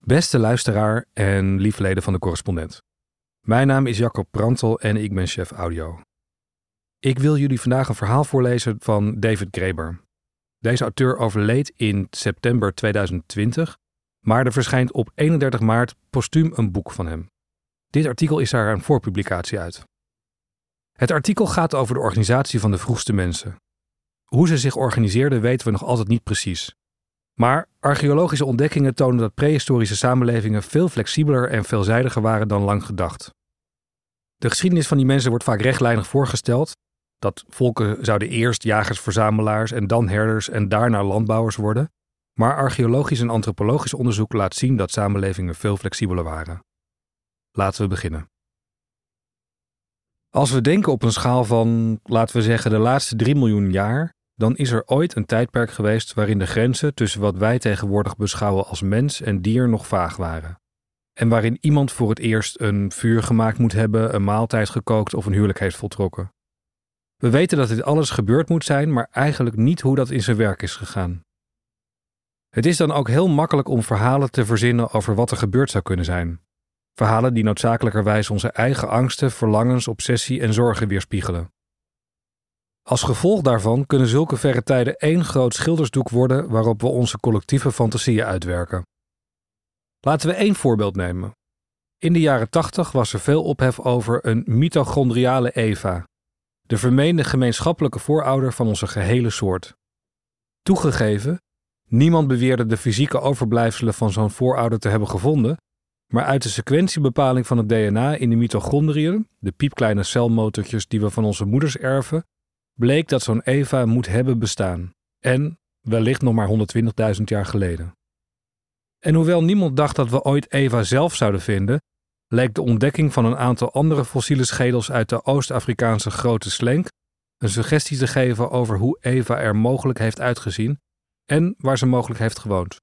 Beste luisteraar en liefleden van de correspondent. Mijn naam is Jacob Prantel en ik ben chef audio. Ik wil jullie vandaag een verhaal voorlezen van David Graeber. Deze auteur overleed in september 2020, maar er verschijnt op 31 maart postuum een boek van hem. Dit artikel is daar een voorpublicatie uit. Het artikel gaat over de organisatie van de vroegste mensen. Hoe ze zich organiseerden weten we nog altijd niet precies. Maar archeologische ontdekkingen tonen dat prehistorische samenlevingen veel flexibeler en veelzijdiger waren dan lang gedacht. De geschiedenis van die mensen wordt vaak rechtlijnig voorgesteld. Dat volken zouden eerst jagers-verzamelaars en dan herders en daarna landbouwers worden. Maar archeologisch en antropologisch onderzoek laat zien dat samenlevingen veel flexibeler waren. Laten we beginnen. Als we denken op een schaal van, laten we zeggen, de laatste 3 miljoen jaar, dan is er ooit een tijdperk geweest waarin de grenzen tussen wat wij tegenwoordig beschouwen als mens en dier nog vaag waren. En waarin iemand voor het eerst een vuur gemaakt moet hebben, een maaltijd gekookt of een huwelijk heeft voltrokken. We weten dat dit alles gebeurd moet zijn, maar eigenlijk niet hoe dat in zijn werk is gegaan. Het is dan ook heel makkelijk om verhalen te verzinnen over wat er gebeurd zou kunnen zijn. Verhalen die noodzakelijkerwijs onze eigen angsten, verlangens, obsessie en zorgen weerspiegelen. Als gevolg daarvan kunnen zulke verre tijden één groot schildersdoek worden waarop we onze collectieve fantasieën uitwerken. Laten we 1 voorbeeld nemen. In de jaren 80 was er veel ophef over een mitochondriale Eva, de vermeende gemeenschappelijke voorouder van onze gehele soort. Toegegeven, niemand beweerde de fysieke overblijfselen van zo'n voorouder te hebben gevonden, maar uit de sequentiebepaling van het DNA in de mitochondriën, de piepkleine celmotortjes die we van onze moeders erven, bleek dat zo'n Eva moet hebben bestaan. En wellicht nog maar 120.000 jaar geleden. En hoewel niemand dacht dat we ooit Eva zelf zouden vinden, leek de ontdekking van een aantal andere fossiele schedels uit de Oost-Afrikaanse Grote Slenk een suggestie te geven over hoe Eva er mogelijk heeft uitgezien en waar ze mogelijk heeft gewoond.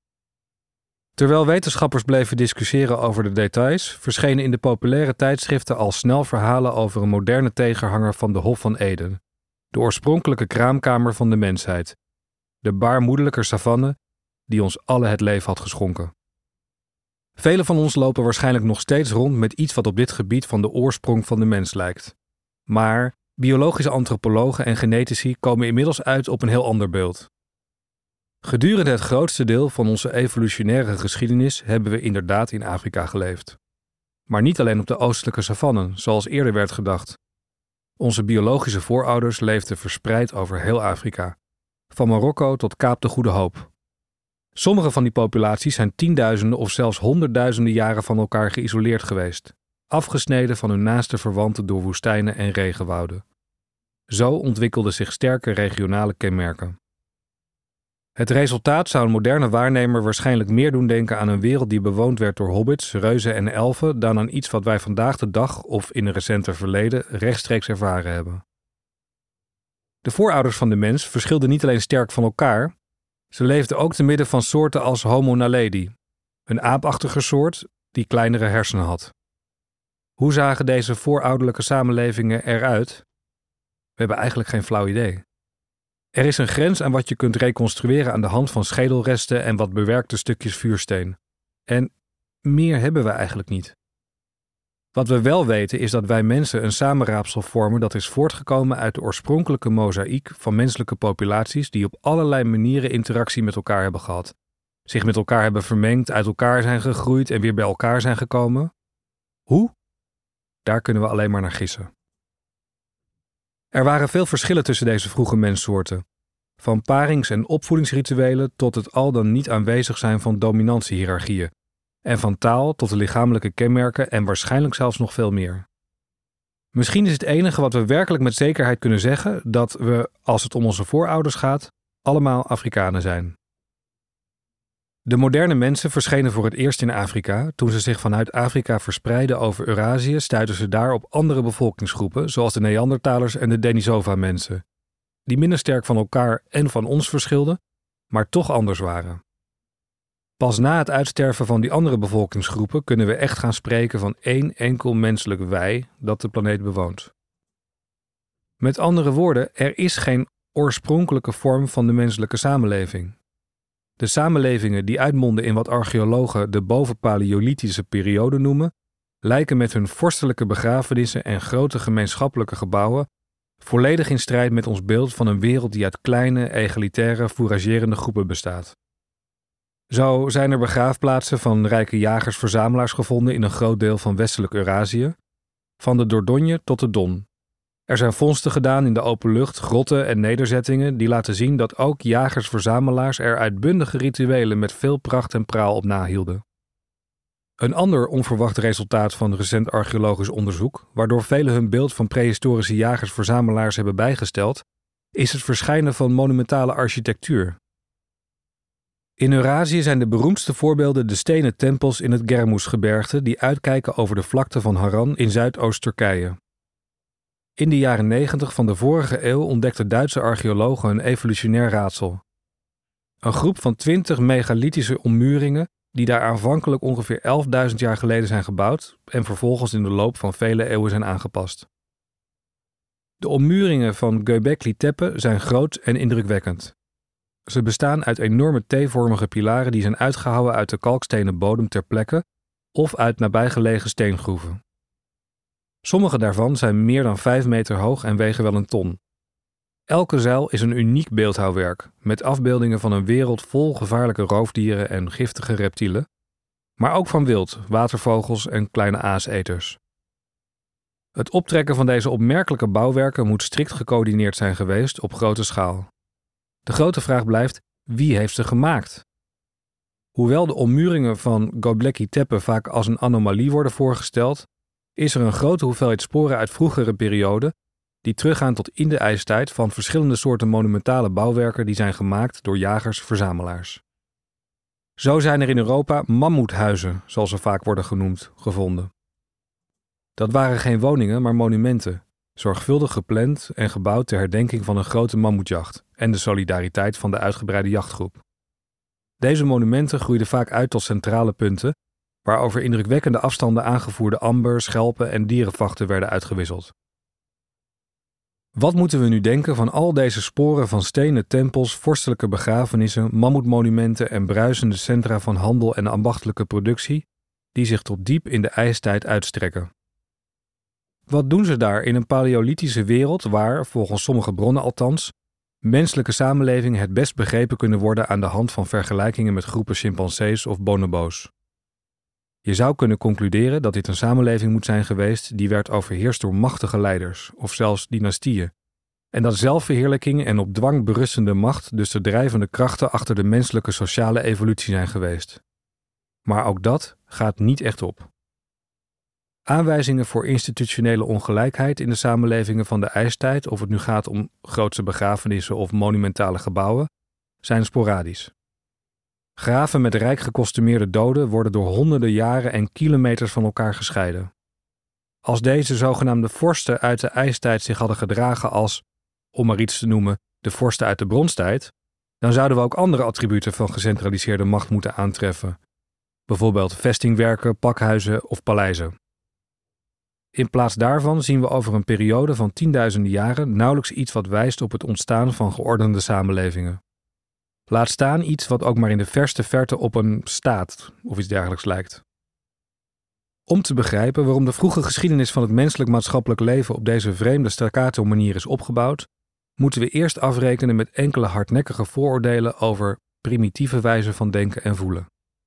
Terwijl wetenschappers bleven discussiëren over de details, verschenen in de populaire tijdschriften al snel verhalen over een moderne tegenhanger van de Hof van Eden, de oorspronkelijke kraamkamer van de mensheid, de baarmoederlijke savanne die ons allen het leven had geschonken. Velen van ons lopen waarschijnlijk nog steeds rond met iets wat op dit gebied van de oorsprong van de mens lijkt. Maar biologische antropologen en genetici komen inmiddels uit op een heel ander beeld. Gedurende het grootste deel van onze evolutionaire geschiedenis hebben we inderdaad in Afrika geleefd. Maar niet alleen op de oostelijke savannen, zoals eerder werd gedacht. Onze biologische voorouders leefden verspreid over heel Afrika, van Marokko tot Kaap de Goede Hoop. Sommige van die populaties zijn tienduizenden of zelfs honderdduizenden jaren van elkaar geïsoleerd geweest, afgesneden van hun naaste verwanten door woestijnen en regenwouden. Zo ontwikkelden zich sterke regionale kenmerken. Het resultaat zou een moderne waarnemer waarschijnlijk meer doen denken aan een wereld die bewoond werd door hobbits, reuzen en elfen dan aan iets wat wij vandaag de dag of in een recenter verleden rechtstreeks ervaren hebben. De voorouders van de mens verschilden niet alleen sterk van elkaar, ze leefden ook te midden van soorten als Homo naledi, een aapachtige soort die kleinere hersenen had. Hoe zagen deze voorouderlijke samenlevingen eruit? We hebben eigenlijk geen flauw idee. Er is een grens aan wat je kunt reconstrueren aan de hand van schedelresten en wat bewerkte stukjes vuursteen. En meer hebben we eigenlijk niet. Wat we wel weten is dat wij mensen een samenraapsel vormen dat is voortgekomen uit de oorspronkelijke mozaïek van menselijke populaties die op allerlei manieren interactie met elkaar hebben gehad. Zich met elkaar hebben vermengd, uit elkaar zijn gegroeid en weer bij elkaar zijn gekomen. Hoe? Daar kunnen we alleen maar naar gissen. Er waren veel verschillen tussen deze vroege menssoorten. Van parings- en opvoedingsrituelen tot het al dan niet aanwezig zijn van dominantiehiërarchieën. En van taal tot de lichamelijke kenmerken en waarschijnlijk zelfs nog veel meer. Misschien is het enige wat we werkelijk met zekerheid kunnen zeggen dat we, als het om onze voorouders gaat, allemaal Afrikanen zijn. De moderne mensen verschenen voor het eerst in Afrika. Toen ze zich vanuit Afrika verspreidden over Eurasië, stuitten ze daar op andere bevolkingsgroepen, zoals de Neandertalers en de Denisova-mensen, die minder sterk van elkaar en van ons verschilden, maar toch anders waren. Pas na het uitsterven van die andere bevolkingsgroepen kunnen we echt gaan spreken van één enkel menselijk wij dat de planeet bewoont. Met andere woorden, er is geen oorspronkelijke vorm van de menselijke samenleving. De samenlevingen die uitmonden in wat archeologen de bovenpaleolithische periode noemen, lijken met hun vorstelijke begrafenissen en grote gemeenschappelijke gebouwen volledig in strijd met ons beeld van een wereld die uit kleine, egalitaire, fouragerende groepen bestaat. Zo zijn er begraafplaatsen van rijke jagers-verzamelaars gevonden in een groot deel van westelijk Eurasië, van de Dordogne tot de Don. Er zijn vondsten gedaan in de open lucht, grotten en nederzettingen die laten zien dat ook jagers-verzamelaars er uitbundige rituelen met veel pracht en praal op nahielden. Een ander onverwacht resultaat van recent archeologisch onderzoek, waardoor velen hun beeld van prehistorische jagers-verzamelaars hebben bijgesteld, is het verschijnen van monumentale architectuur. In Eurasië zijn de beroemdste voorbeelden de stenen tempels in het Germus-gebergte die uitkijken over de vlakte van Harran in Zuidoost-Turkije. In de jaren 90 van de vorige eeuw ontdekten Duitse archeologen een evolutionair raadsel. Een groep van 20 megalithische ommuringen die daar aanvankelijk ongeveer 11.000 jaar geleden zijn gebouwd en vervolgens in de loop van vele eeuwen zijn aangepast. De ommuringen van Göbekli Tepe zijn groot en indrukwekkend. Ze bestaan uit enorme T-vormige pilaren die zijn uitgehouwen uit de kalkstenen bodem ter plekke of uit nabijgelegen steengroeven. Sommige daarvan zijn meer dan 5 meter hoog en wegen wel een ton. Elke zuil is een uniek beeldhouwwerk, met afbeeldingen van een wereld vol gevaarlijke roofdieren en giftige reptielen, maar ook van wild, watervogels en kleine aaseters. Het optrekken van deze opmerkelijke bouwwerken moet strikt gecoördineerd zijn geweest op grote schaal. De grote vraag blijft, wie heeft ze gemaakt? Hoewel de ommuringen van Göbekli Tepe vaak als een anomalie worden voorgesteld, is er een grote hoeveelheid sporen uit vroegere perioden die teruggaan tot in de ijstijd van verschillende soorten monumentale bouwwerken die zijn gemaakt door jagers-verzamelaars. Zo zijn er in Europa mammoethuizen, zoals ze vaak worden genoemd, gevonden. Dat waren geen woningen, maar monumenten, zorgvuldig gepland en gebouwd ter herdenking van een grote mammoetjacht en de solidariteit van de uitgebreide jachtgroep. Deze monumenten groeiden vaak uit tot centrale punten, waar over indrukwekkende afstanden aangevoerde amber, schelpen en dierenvachten werden uitgewisseld. Wat moeten we nu denken van al deze sporen van stenen tempels, vorstelijke begrafenissen, mammoetmonumenten en bruisende centra van handel en ambachtelijke productie, die zich tot diep in de ijstijd uitstrekken? Wat doen ze daar in een paleolithische wereld waar, volgens sommige bronnen althans, menselijke samenlevingen het best begrepen kunnen worden aan de hand van vergelijkingen met groepen chimpansees of bonobo's? Je zou kunnen concluderen dat dit een samenleving moet zijn geweest die werd overheerst door machtige leiders, of zelfs dynastieën, en dat zelfverheerlijking en op dwang berustende macht dus de drijvende krachten achter de menselijke sociale evolutie zijn geweest. Maar ook dat gaat niet echt op. Aanwijzingen voor institutionele ongelijkheid in de samenlevingen van de ijstijd, of het nu gaat om grootse begrafenissen of monumentale gebouwen, zijn sporadisch. Graven met rijk gekostumeerde doden worden door honderden jaren en kilometers van elkaar gescheiden. Als deze zogenaamde vorsten uit de ijstijd zich hadden gedragen als, om maar iets te noemen, de vorsten uit de bronstijd, dan zouden we ook andere attributen van gecentraliseerde macht moeten aantreffen. Bijvoorbeeld vestingwerken, pakhuizen of paleizen. In plaats daarvan zien we over een periode van tienduizenden jaren nauwelijks iets wat wijst op het ontstaan van geordende samenlevingen. Laat staan iets wat ook maar in de verste verte op een staat of iets dergelijks lijkt. Om te begrijpen waarom de vroege geschiedenis van het menselijk maatschappelijk leven op deze vreemde staccato manier is opgebouwd, moeten we eerst afrekenen met enkele hardnekkige vooroordelen over primitieve wijzen van denken en voelen.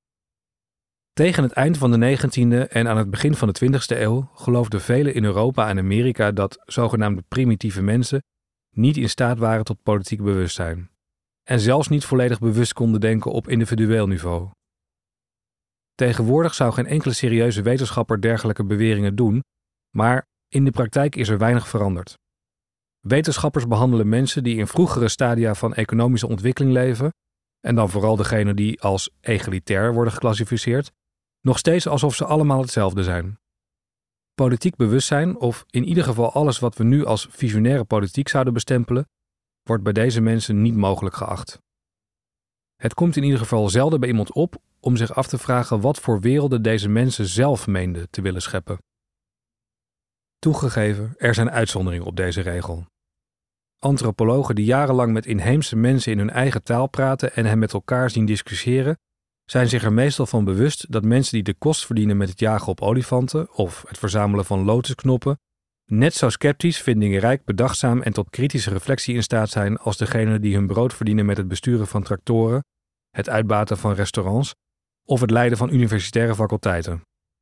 Tegen het eind van de 19e en aan het begin van de 20e eeuw geloofden velen in Europa en Amerika dat zogenaamde primitieve mensen niet in staat waren tot politiek bewustzijn en zelfs niet volledig bewust konden denken op individueel niveau. Tegenwoordig zou geen enkele serieuze wetenschapper dergelijke beweringen doen, maar in de praktijk is er weinig veranderd. Wetenschappers behandelen mensen die in vroegere stadia van economische ontwikkeling leven, en dan vooral degenen die als egalitair worden geclassificeerd, nog steeds alsof ze allemaal hetzelfde zijn. Politiek bewustzijn, of in ieder geval alles wat we nu als visionaire politiek zouden bestempelen, wordt bij deze mensen niet mogelijk geacht. Het komt in ieder geval zelden bij iemand op om zich af te vragen wat voor werelden deze mensen zelf meenden te willen scheppen. Toegegeven, er zijn uitzonderingen op deze regel. antropologen die jarenlang met inheemse mensen in hun eigen taal praten en hen met elkaar zien discussiëren, zijn zich er meestal van bewust dat mensen die de kost verdienen met het jagen op olifanten of het verzamelen van lotusknoppen, net zo sceptisch, vindingrijk, bedachtzaam en tot kritische reflectie in staat zijn als degenen die hun brood verdienen met het besturen van tractoren, het uitbaten van restaurants of het leiden van universitaire faculteiten.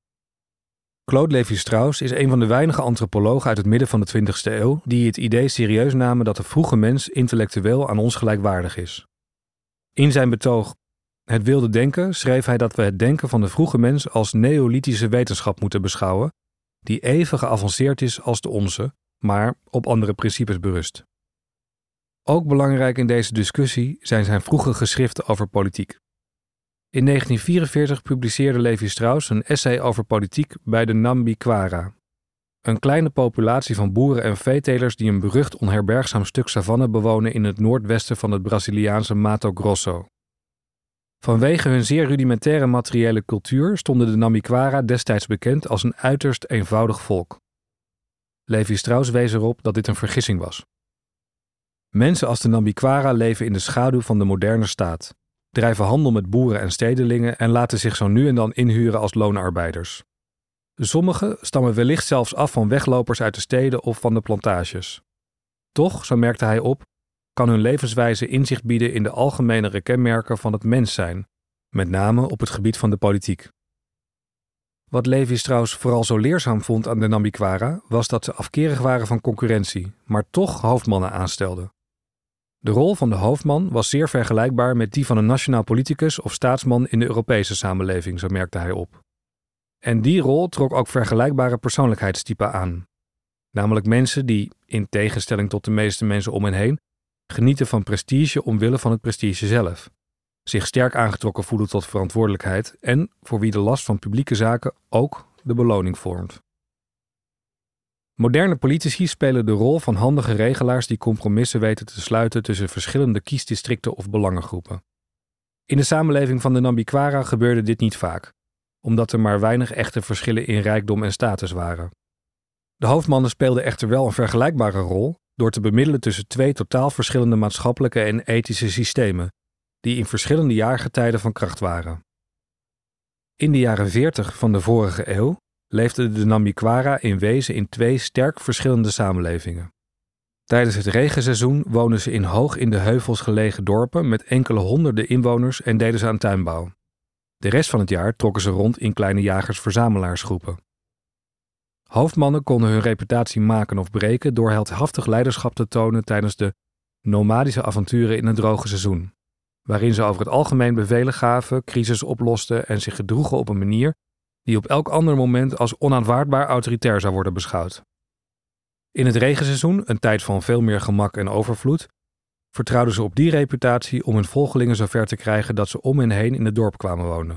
Claude Lévi-Strauss is een van de weinige antropologen uit het midden van de 20e eeuw die het idee serieus namen dat de vroege mens intellectueel aan ons gelijkwaardig is. In zijn betoog Het wilde denken schreef hij dat we het denken van de vroege mens als neolithische wetenschap moeten beschouwen, die even geavanceerd is als de onze, maar op andere principes berust. Ook belangrijk in deze discussie zijn zijn vroege geschriften over politiek. In 1944 publiceerde Lévi-Strauss een essay over politiek bij de Nambiquara, een kleine populatie van boeren en veetelers die een berucht onherbergzaam stuk savanne bewonen in het noordwesten van het Braziliaanse Mato Grosso. Vanwege hun zeer rudimentaire materiële cultuur stonden de Nambiquara destijds bekend als een uiterst eenvoudig volk. Lévi-Strauss wees erop dat dit een vergissing was. Mensen als de Nambiquara leven in de schaduw van de moderne staat, drijven handel met boeren en stedelingen en laten zich zo nu en dan inhuren als loonarbeiders. Sommigen stammen wellicht zelfs af van weglopers uit de steden of van de plantages. Toch, zo merkte hij op, kan hun levenswijze inzicht bieden in de algemenere kenmerken van het mens zijn, met name op het gebied van de politiek. Wat Lévi-Strauss vooral zo leerzaam vond aan de Nambiquara was dat ze afkerig waren van concurrentie, maar toch hoofdmannen aanstelden. De rol van de hoofdman was zeer vergelijkbaar met die van een nationaal politicus of staatsman in de Europese samenleving, zo merkte hij op. En die rol trok ook vergelijkbare persoonlijkheidstypen aan. Namelijk mensen die, in tegenstelling tot de meeste mensen om hen heen, genieten van prestige omwille van het prestige zelf, zich sterk aangetrokken voelen tot verantwoordelijkheid en voor wie de last van publieke zaken ook de beloning vormt. Moderne politici spelen de rol van handige regelaars die compromissen weten te sluiten tussen verschillende kiesdistricten of belangengroepen. In de samenleving van de Nambiquara gebeurde dit niet vaak, omdat er maar weinig echte verschillen in rijkdom en status waren. De hoofdmannen speelden echter wel een vergelijkbare rol door te bemiddelen tussen twee totaal verschillende maatschappelijke en ethische systemen, die in verschillende jaargetijden van kracht waren. In de jaren 40 van de vorige eeuw leefde de Nambiquara in wezen in twee sterk verschillende samenlevingen. Tijdens het regenseizoen woonden ze in hoog in de heuvels gelegen dorpen met enkele honderden inwoners en deden ze aan tuinbouw. De rest van het jaar trokken ze rond in kleine jagers-verzamelaarsgroepen. Hoofdmannen konden hun reputatie maken of breken door heldhaftig leiderschap te tonen tijdens de nomadische avonturen in het droge seizoen, waarin ze over het algemeen bevelen gaven, crisis oplosten en zich gedroegen op een manier die op elk ander moment als onaanvaardbaar autoritair zou worden beschouwd. In het regenseizoen, een tijd van veel meer gemak en overvloed, vertrouwden ze op die reputatie om hun volgelingen zover te krijgen dat ze om hen heen in het dorp kwamen wonen.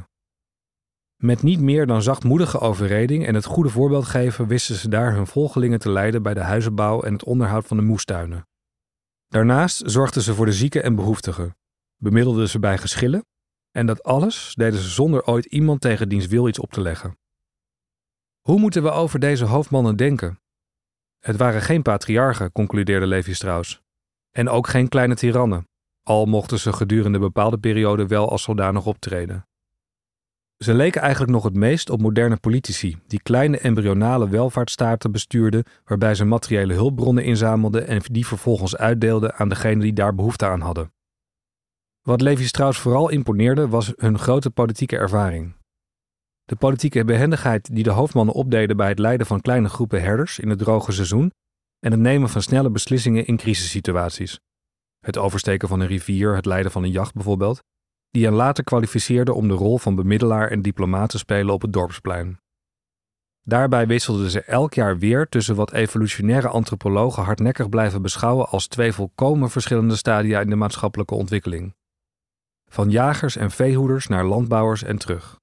Met niet meer dan zachtmoedige overreding en het goede voorbeeld geven wisten ze daar hun volgelingen te leiden bij de huizenbouw en het onderhoud van de moestuinen. Daarnaast zorgden ze voor de zieken en behoeftigen, bemiddelden ze bij geschillen en dat alles deden ze zonder ooit iemand tegen diens wil iets op te leggen. Hoe moeten we over deze hoofdmannen denken? Het waren geen patriarchen, concludeerde Lévi-Strauss, en ook geen kleine tirannen, al mochten ze gedurende bepaalde perioden wel als zodanig optreden. Ze leken eigenlijk nog het meest op moderne politici, die kleine embryonale welvaartsstaten bestuurden, waarbij ze materiële hulpbronnen inzamelden en die vervolgens uitdeelden aan degenen die daar behoefte aan hadden. Wat Lévi-Strauss vooral imponeerde was hun grote politieke ervaring. De politieke behendigheid die de hoofdmannen opdeden bij het leiden van kleine groepen herders in het droge seizoen en het nemen van snelle beslissingen in crisissituaties. Het oversteken van een rivier, het leiden van een jacht bijvoorbeeld, die hen later kwalificeerde om de rol van bemiddelaar en diplomaat te spelen op het dorpsplein. Daarbij wisselden ze elk jaar weer tussen wat evolutionaire antropologen hardnekkig blijven beschouwen als twee volkomen verschillende stadia in de maatschappelijke ontwikkeling. Van jagers en veehoeders naar landbouwers en terug.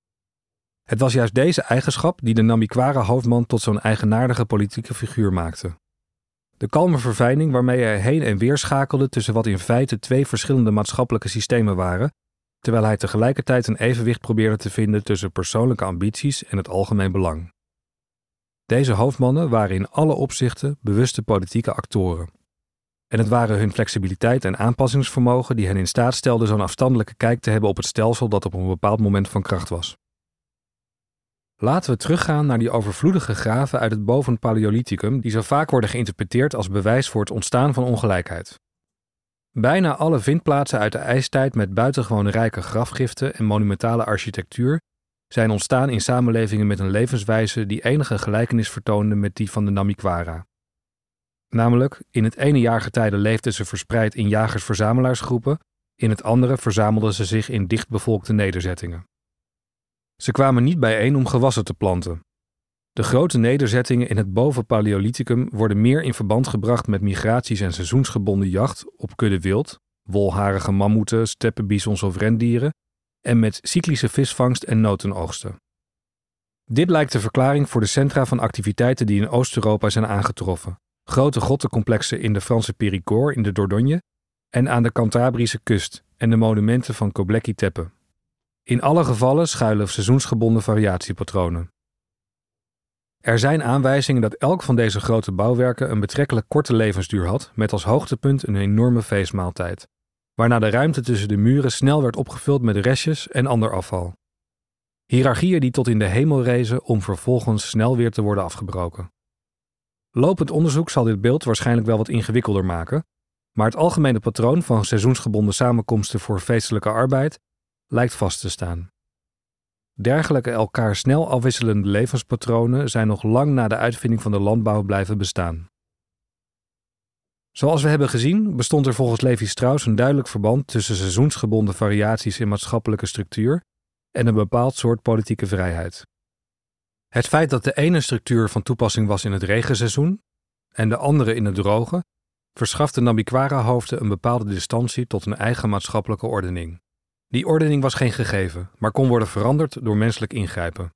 Het was juist deze eigenschap die de Nambiquara-hoofdman tot zo'n eigenaardige politieke figuur maakte. De kalme verfijning waarmee hij heen en weer schakelde tussen wat in feite twee verschillende maatschappelijke systemen waren, terwijl hij tegelijkertijd een evenwicht probeerde te vinden tussen persoonlijke ambities en het algemeen belang. Deze hoofdmannen waren in alle opzichten bewuste politieke actoren. En het waren hun flexibiliteit en aanpassingsvermogen die hen in staat stelden zo'n afstandelijke kijk te hebben op het stelsel dat op een bepaald moment van kracht was. Laten we teruggaan naar die overvloedige graven uit het bovenpaleolithicum die zo vaak worden geïnterpreteerd als bewijs voor het ontstaan van ongelijkheid. Bijna alle vindplaatsen uit de ijstijd met buitengewoon rijke grafgiften en monumentale architectuur zijn ontstaan in samenlevingen met een levenswijze die enige gelijkenis vertoonde met die van de Namiquara. Namelijk, in het ene jaargetijde leefden ze verspreid in jagers-verzamelaarsgroepen, in het andere verzamelden ze zich in dichtbevolkte nederzettingen. Ze kwamen niet bijeen om gewassen te planten. De grote nederzettingen in het bovenpaleolithicum worden meer in verband gebracht met migraties en seizoensgebonden jacht op kudde wild, wolharige mammoeten, steppenbisons of rendieren, en met cyclische visvangst en notenoogsten. Dit lijkt de verklaring voor de centra van activiteiten die in Oost-Europa zijn aangetroffen. Grote grottencomplexen in de Franse Périgord in de Dordogne en aan de Cantabrische kust en de monumenten van Göbekli Tepe. In alle gevallen schuilen seizoensgebonden variatiepatronen. Er zijn aanwijzingen dat elk van deze grote bouwwerken een betrekkelijk korte levensduur had, met als hoogtepunt een enorme feestmaaltijd, waarna de ruimte tussen de muren snel werd opgevuld met restjes en ander afval. Hiërarchieën die tot in de hemel rezen om vervolgens snel weer te worden afgebroken. Lopend onderzoek zal dit beeld waarschijnlijk wel wat ingewikkelder maken, maar het algemene patroon van seizoensgebonden samenkomsten voor feestelijke arbeid lijkt vast te staan. Dergelijke elkaar snel afwisselende levenspatronen zijn nog lang na de uitvinding van de landbouw blijven bestaan. Zoals we hebben gezien, bestond er volgens Levi-Strauss een duidelijk verband tussen seizoensgebonden variaties in maatschappelijke structuur en een bepaald soort politieke vrijheid. Het feit dat de ene structuur van toepassing was in het regenseizoen en de andere in het droge, verschaft de Namiquara-hoofden een bepaalde distantie tot een eigen maatschappelijke ordening. Die ordening was geen gegeven, maar kon worden veranderd door menselijk ingrijpen.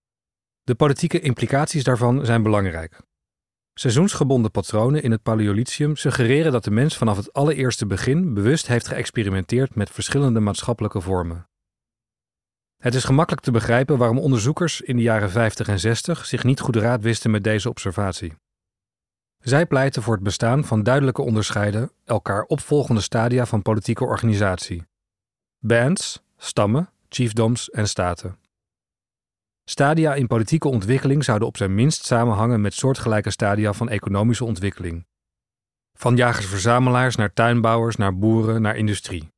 De politieke implicaties daarvan zijn belangrijk. Seizoensgebonden patronen in het Paleolithicum suggereren dat de mens vanaf het allereerste begin bewust heeft geëxperimenteerd met verschillende maatschappelijke vormen. Het is gemakkelijk te begrijpen waarom onderzoekers in de jaren 50 en 60 zich niet goed raad wisten met deze observatie. Zij pleiten voor het bestaan van duidelijke onderscheiden, elkaar opvolgende stadia van politieke organisatie. Bands, stammen, chiefdoms en staten. Stadia in politieke ontwikkeling zouden op zijn minst samenhangen met soortgelijke stadia van economische ontwikkeling. Van jagers-verzamelaars naar tuinbouwers, naar boeren, naar industrie.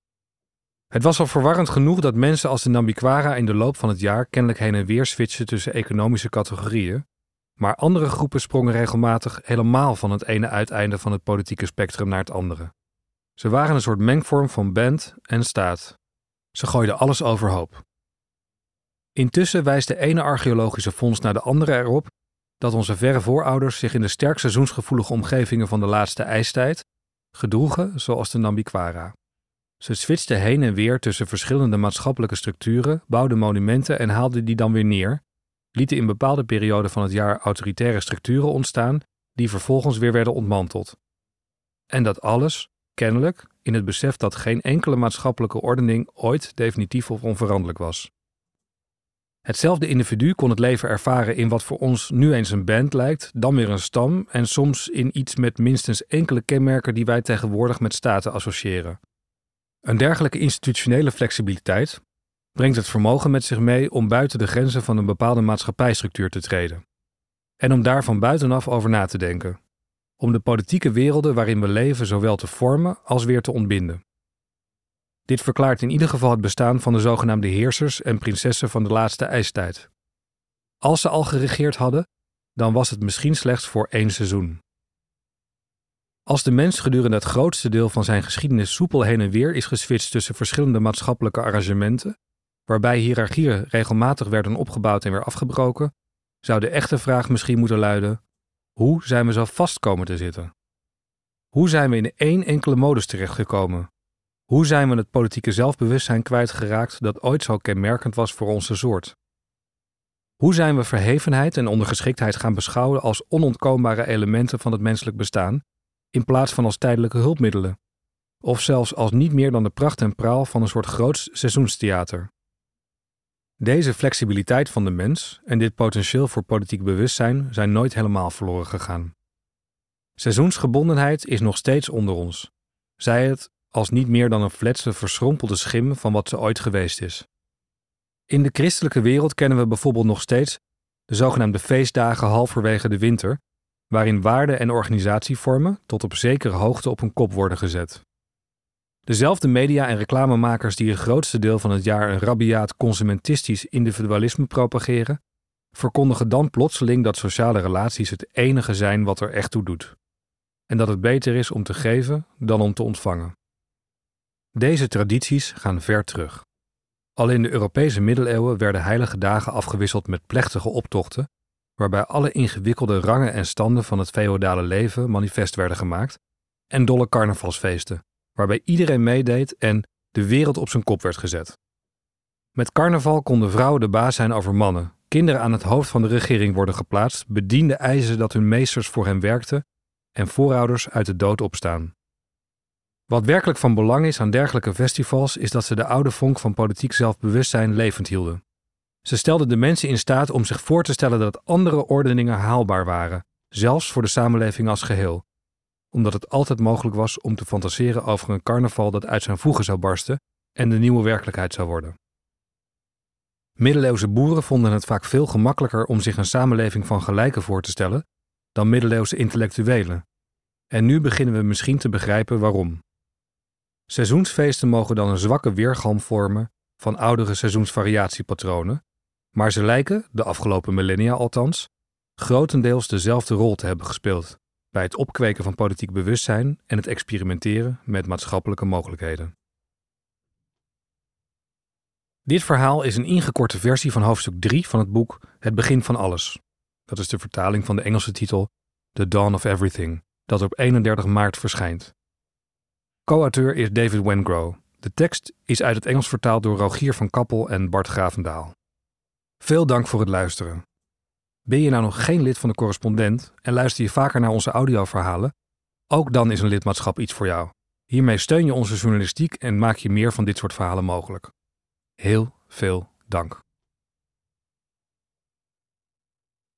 Het was al verwarrend genoeg dat mensen als de Namiquara in de loop van het jaar kennelijk heen en weer switchen tussen economische categorieën, maar andere groepen sprongen regelmatig helemaal van het ene uiteinde van het politieke spectrum naar het andere. Ze waren een soort mengvorm van band en staat. Ze gooiden alles overhoop. Intussen wijst de ene archeologische vondst naar de andere erop dat onze verre voorouders zich in de sterk seizoensgevoelige omgevingen van de laatste ijstijd gedroegen zoals de Namiquara. Ze switchten heen en weer tussen verschillende maatschappelijke structuren, bouwden monumenten en haalden die dan weer neer, lieten in bepaalde perioden van het jaar autoritaire structuren ontstaan die vervolgens weer werden ontmanteld. En dat alles, kennelijk, in het besef dat geen enkele maatschappelijke ordening ooit definitief of onveranderlijk was. Hetzelfde individu kon het leven ervaren in wat voor ons nu eens een band lijkt, dan weer een stam en soms in iets met minstens enkele kenmerken die wij tegenwoordig met staten associëren. Een dergelijke institutionele flexibiliteit brengt het vermogen met zich mee om buiten de grenzen van een bepaalde maatschappijstructuur te treden. En om daar van buitenaf over na te denken. Om de politieke werelden waarin we leven zowel te vormen als weer te ontbinden. Dit verklaart in ieder geval het bestaan van de zogenaamde heersers en prinsessen van de laatste ijstijd. Als ze al geregeerd hadden, dan was het misschien slechts voor 1 seizoen. Als de mens gedurende het grootste deel van zijn geschiedenis soepel heen en weer is geswitcht tussen verschillende maatschappelijke arrangementen, waarbij hiërarchieën regelmatig werden opgebouwd en weer afgebroken, zou de echte vraag misschien moeten luiden: hoe zijn we zo vast komen te zitten? Hoe zijn we in één enkele modus terechtgekomen? Hoe zijn we het politieke zelfbewustzijn kwijtgeraakt dat ooit zo kenmerkend was voor onze soort? Hoe zijn we verhevenheid en ondergeschiktheid gaan beschouwen als onontkoombare elementen van het menselijk bestaan, in plaats van als tijdelijke hulpmiddelen, of zelfs als niet meer dan de pracht en praal van een soort groots seizoenstheater? Deze flexibiliteit van de mens en dit potentieel voor politiek bewustzijn zijn nooit helemaal verloren gegaan. Seizoensgebondenheid is nog steeds onder ons. Zij het als niet meer dan een fletse, verschrompelde schim van wat ze ooit geweest is. In de christelijke wereld kennen we bijvoorbeeld nog steeds de zogenaamde feestdagen halverwege de winter, waarin waarden en organisatievormen tot op zekere hoogte op hun kop worden gezet. Dezelfde media- en reclamemakers die het grootste deel van het jaar een rabiaat consumentistisch individualisme propageren, verkondigen dan plotseling dat sociale relaties het enige zijn wat er echt toe doet. En dat het beter is om te geven dan om te ontvangen. Deze tradities gaan ver terug. Al in de Europese middeleeuwen werden heilige dagen afgewisseld met plechtige optochten, waarbij alle ingewikkelde rangen en standen van het feodale leven manifest werden gemaakt, en dolle carnavalsfeesten, waarbij iedereen meedeed en de wereld op zijn kop werd gezet. Met carnaval konden vrouwen de baas zijn over mannen, kinderen aan het hoofd van de regering worden geplaatst, bedienden eisen dat hun meesters voor hen werkten en voorouders uit de dood opstaan. Wat werkelijk van belang is aan dergelijke festivals is dat ze de oude vonk van politiek zelfbewustzijn levend hielden. Ze stelden de mensen in staat om zich voor te stellen dat andere ordeningen haalbaar waren, zelfs voor de samenleving als geheel, omdat het altijd mogelijk was om te fantaseren over een carnaval dat uit zijn voegen zou barsten en de nieuwe werkelijkheid zou worden. Middeleeuwse boeren vonden het vaak veel gemakkelijker om zich een samenleving van gelijken voor te stellen dan middeleeuwse intellectuelen. En nu beginnen we misschien te begrijpen waarom. Seizoensfeesten mogen dan een zwakke weergalm vormen van oudere seizoensvariatiepatronen, maar ze lijken, de afgelopen millennia althans, grotendeels dezelfde rol te hebben gespeeld bij het opkweken van politiek bewustzijn en het experimenteren met maatschappelijke mogelijkheden. Dit verhaal is een ingekorte versie van hoofdstuk 3 van het boek Het begin van alles. Dat is de vertaling van de Engelse titel The Dawn of Everything, dat op 31 maart verschijnt. Co-auteur is David Wengrow. De tekst is uit het Engels vertaald door Rogier van Kappel en Bart Gravendaal. Veel dank voor het luisteren. Ben je nou nog geen lid van de Correspondent en luister je vaker naar onze audioverhalen? Ook dan is een lidmaatschap iets voor jou. Hiermee steun je onze journalistiek en maak je meer van dit soort verhalen mogelijk. Heel veel dank.